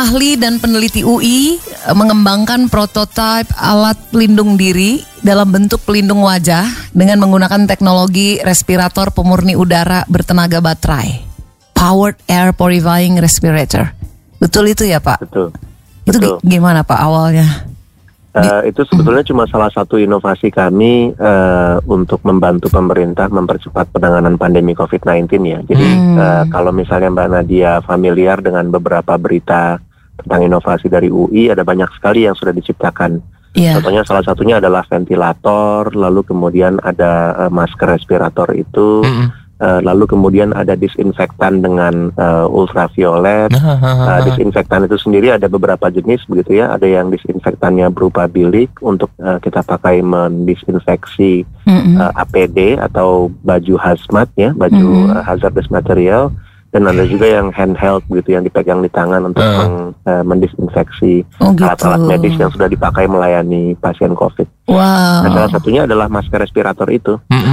ahli dan peneliti UI mengembangkan prototipe alat pelindung diri dalam bentuk pelindung wajah dengan menggunakan teknologi respirator pemurni udara bertenaga baterai. Powered Air Purifying Respirator. Betul itu ya Pak? Betul. Itu gimana Pak awalnya? Itu sebetulnya cuma salah satu inovasi kami untuk membantu pemerintah mempercepat penanganan pandemi COVID-19 ya. Jadi kalau misalnya Mbak Nadia familiar dengan beberapa berita tentang inovasi dari UI, ada banyak sekali yang sudah diciptakan. Contohnya salah satunya adalah ventilator, lalu kemudian ada masker respirator itu, lalu kemudian ada disinfektan dengan ultraviolet. Disinfektan itu sendiri ada beberapa jenis begitu ya. Ada yang disinfektannya berupa bilik untuk kita pakai mendisinfeksi APD atau baju hazmat ya, baju hazardous material. Dan ada juga yang handheld gitu, yang dipegang di tangan untuk mendisinfeksi alat-alat medis yang sudah dipakai melayani pasien COVID. Wow. Nah, salah satunya adalah masker respirator itu.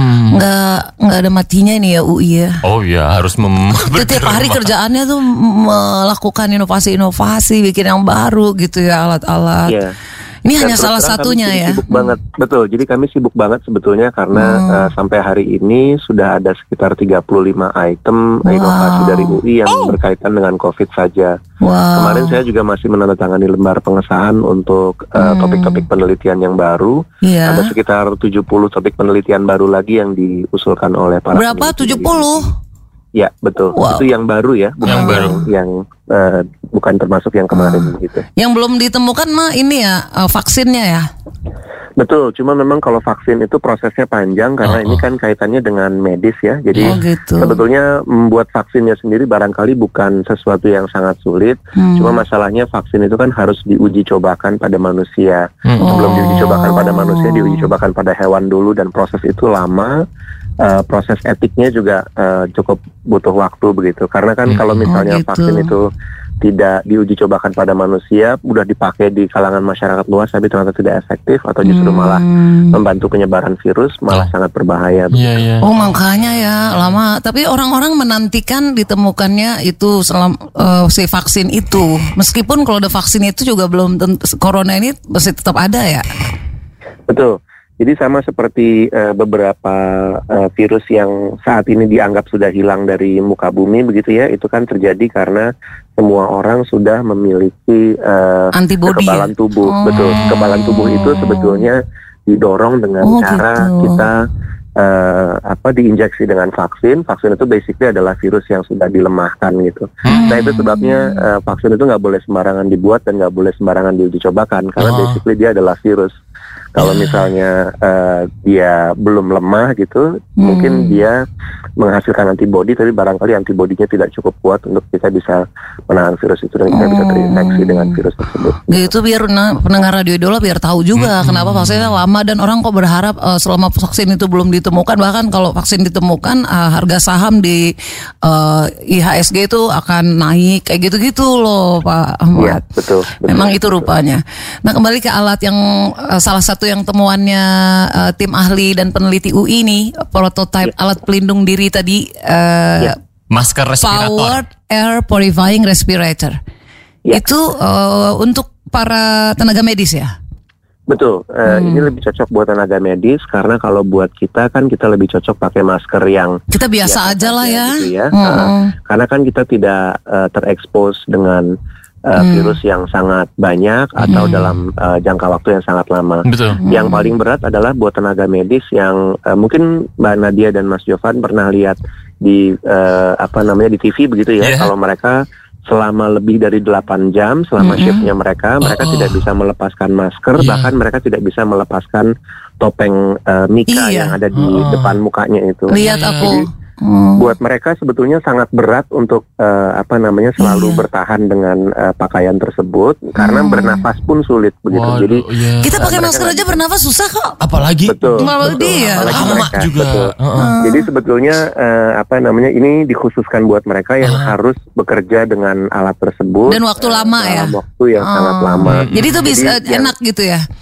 Nggak ada matinya ini ya UI ya. Oh ya, harus tiap hari kerjaannya tuh melakukan inovasi-inovasi, bikin yang baru gitu ya, alat-alat. Iya. Ini hanya salah satunya ya. Sibuk banget, betul. Jadi kami sibuk banget sebetulnya karena sampai hari ini sudah ada sekitar 35 item inovasi dari UI yang berkaitan dengan COVID saja. Kemarin saya juga masih menandatangani lembar pengesahan untuk topik-topik penelitian yang baru. Ada sekitar 70 topik penelitian baru lagi yang diusulkan oleh para Berapa? 70? Ya, betul. Itu yang baru ya, bukan yang bukan termasuk yang kemarin gitu. Yang belum ditemukan mah ini ya vaksinnya ya. Betul, cuma memang kalau vaksin itu prosesnya panjang karena ini kan kaitannya dengan medis ya. Jadi sebetulnya membuat vaksinnya sendiri barangkali bukan sesuatu yang sangat sulit. Cuma masalahnya vaksin itu kan harus diuji cobakan pada manusia. Sebelum diuji cobakan pada manusia, diuji cobakan pada hewan dulu, dan proses itu lama. Proses etiknya juga cukup butuh waktu begitu. Karena kan kalau misalnya vaksin itu tidak diuji cobakan pada manusia, udah dipakai di kalangan masyarakat luas tapi ternyata tidak efektif atau justru malah membantu penyebaran virus, malah sangat berbahaya. Oh makanya ya lama. Tapi orang-orang menantikan ditemukannya itu si vaksin itu. Meskipun kalau ada vaksin itu juga belum corona ini masih tetap ada ya. Betul. Jadi sama seperti beberapa virus yang saat ini dianggap sudah hilang dari muka bumi begitu ya, itu kan terjadi karena semua orang sudah memiliki kekebalan tubuh. Betul, kekebalan tubuh itu sebetulnya didorong dengan cara kita diinjeksi dengan vaksin. Vaksin itu basically adalah virus yang sudah dilemahkan gitu. Nah itu sebabnya vaksin itu nggak boleh sembarangan dibuat dan nggak boleh sembarangan diuji cobakan karena basically dia adalah virus. Kalau misalnya dia belum lemah gitu, mungkin dia menghasilkan antibodi, tapi barangkali antibodinya tidak cukup kuat untuk kita bisa menahan virus itu dan kita bisa terinfeksi dengan virus tersebut. Gitu biar pendengar Radio Idola biar tahu juga kenapa vaksinnya lama, dan orang kok berharap selama vaksin itu belum ditemukan, bahkan kalau vaksin ditemukan harga saham di IHSG itu akan naik kayak gitu-gitu loh Pak Ahmad. Iya, betul. Memang itu rupanya. Nah kembali ke alat yang salah satu yang temuannya tim ahli dan peneliti UI ini, prototipe alat pelindung diri tadi, masker respirator, Powered Air Purifying Respirator. Itu untuk para tenaga medis ya? Betul, ini lebih cocok buat tenaga medis karena kalau buat kita kan kita lebih cocok pakai masker yang kita biasa aja lah ya. Gitu ya. Karena kan kita tidak terekspos dengan virus yang sangat banyak atau dalam jangka waktu yang sangat lama. Betul. Yang paling berat adalah buat tenaga medis yang mungkin Mbak Nadia dan Mas Jovan pernah lihat di di TV begitu ya. Kalau mereka selama lebih dari 8 jam selama shiftnya mereka tidak bisa melepaskan masker, bahkan mereka tidak bisa melepaskan topeng mika yang ada di depan mukanya itu. Lihat aku. Buat mereka sebetulnya sangat berat untuk selalu bertahan dengan pakaian tersebut karena bernafas pun sulit begitu. Jadi kita pakai masker aja bernafas susah kok. Apalagi apalagi mereka juga. Jadi sebetulnya ini dikhususkan buat mereka yang harus bekerja dengan alat tersebut dan waktu lama ya. Waktu yang sangat lama. Jadi itu bisa enak gitu ya.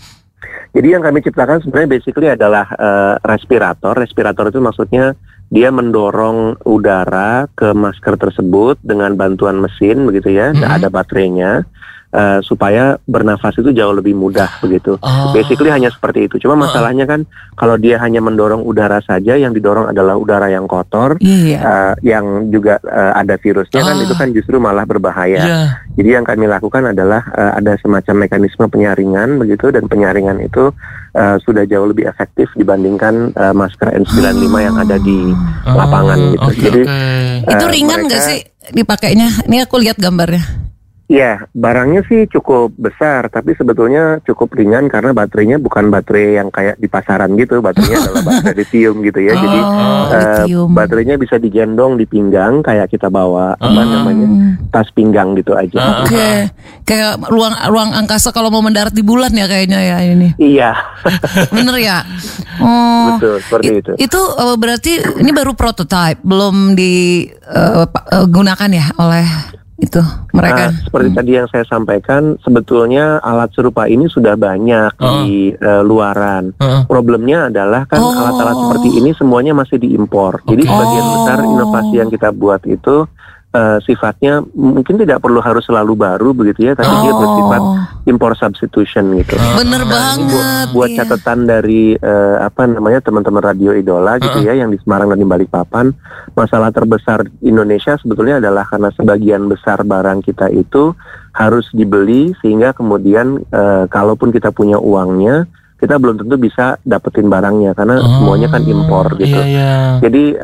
Jadi yang kami ciptakan sebenarnya basically adalah respirator. Respirator itu maksudnya dia mendorong udara ke masker tersebut dengan bantuan mesin begitu ya, ada baterainya. Supaya bernafas itu jauh lebih mudah begitu. Basically hanya seperti itu. Cuma masalahnya kan kalau dia hanya mendorong udara saja, yang didorong adalah udara yang kotor, yang juga ada virusnya kan, itu kan justru malah berbahaya. Jadi yang kami lakukan adalah ada semacam mekanisme penyaringan begitu, dan penyaringan itu sudah jauh lebih efektif dibandingkan masker N95 yang ada di lapangan gitu. Jadi itu ringan nggak sih dipakainya? Ini aku lihat gambarnya. Ya, barangnya sih cukup besar, tapi sebetulnya cukup ringan karena baterainya bukan baterai yang kayak di pasaran gitu. Baterainya adalah baterai lithium gitu ya. Jadi baterainya bisa digendong di pinggang kayak kita bawa tas pinggang gitu aja. Oke. Kayak ruang angkasa kalau mau mendarat di bulan ya kayaknya ya ini. Iya. Bener ya? Betul, seperti itu. Itu berarti ini baru prototype, belum digunakan ya oleh itu mereka. Seperti tadi yang saya sampaikan, sebetulnya alat serupa ini sudah banyak di luaran. Problemnya adalah kan alat-alat seperti ini semuanya masih diimpor. Jadi sebagian besar inovasi yang kita buat itu sifatnya mungkin tidak perlu harus selalu baru begitu ya, tapi dia bersifat import substitution gitu. Bener banget. Buat catatan dari teman-teman Radio Idola gitu ya, yang di Semarang dan di Balikpapan, masalah terbesar Indonesia sebetulnya adalah karena sebagian besar barang kita itu harus dibeli, sehingga kemudian kalaupun kita punya uangnya, kita belum tentu bisa dapetin barangnya karena semuanya kan impor gitu. Jadi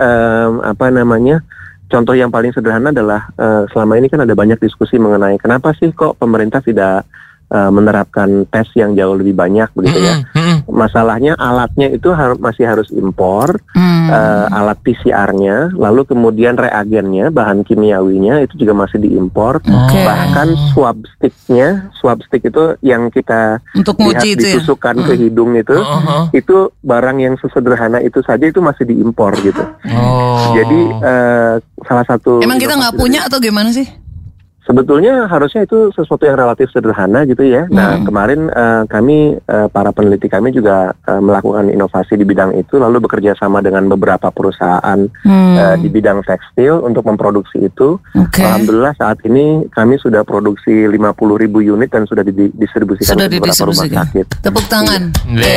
contoh yang paling sederhana adalah selama ini kan ada banyak diskusi mengenai kenapa sih kok pemerintah tidak menerapkan tes yang jauh lebih banyak begitu ya. Masalahnya alatnya itu masih harus impor, alat PCR-nya, lalu kemudian reagennya, bahan kimiawinya itu juga masih diimpor. Bahkan swab stick itu yang kita untuk lihat ditusukkan ke hidung itu barang yang sesederhana itu saja itu masih diimpor gitu. Jadi salah satu, emang kita nggak punya atau gimana sih? Sebetulnya harusnya itu sesuatu yang relatif sederhana gitu ya. Nah kemarin kami, para peneliti kami juga melakukan inovasi di bidang itu, lalu bekerja sama dengan beberapa perusahaan di bidang tekstil untuk memproduksi itu. Alhamdulillah saat ini kami sudah produksi 50.000 unit dan sudah didistribusikan ke beberapa rumah sakit. Tepuk tangan.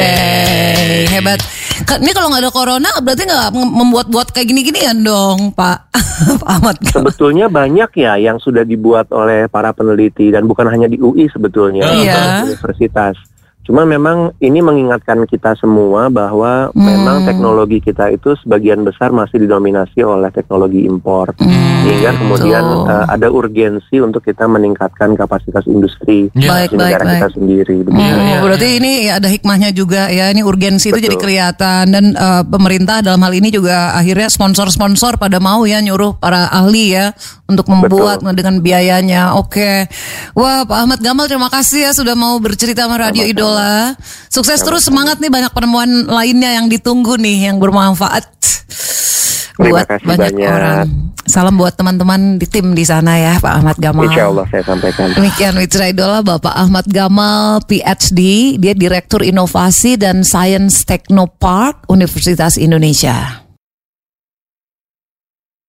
Hebat. Ini kalau nggak ada corona berarti nggak membuat-buat kayak gini-ginian dong Pak Ahmad. Sebetulnya banyak ya yang sudah dibuat oleh para peneliti, dan bukan hanya di UI sebetulnya, universitas. Cuma memang ini mengingatkan kita semua bahwa memang teknologi kita itu sebagian besar masih didominasi oleh teknologi impor. Sehingga kemudian ada urgensi untuk kita meningkatkan kapasitas industri di negara kita sendiri. Berarti ini ada hikmahnya juga ya, ini urgensi itu jadi kelihatan, dan pemerintah dalam hal ini juga akhirnya sponsor-sponsor pada mau ya nyuruh para ahli ya untuk membuat dengan biayanya. Wah Pak Ahmad Gamal, terima kasih ya sudah mau bercerita sama Radio Idola. Sukses terus, semangat nih, banyak penemuan lainnya yang ditunggu nih yang bermanfaat buat banyak orang. Salam buat teman-teman di tim di sana ya Pak Ahmad Gamal. Insya Allah saya sampaikan. Demikian Mitra Idola Bapak Ahmad Gamal PhD, dia Direktur Inovasi dan Sains Teknopark Universitas Indonesia.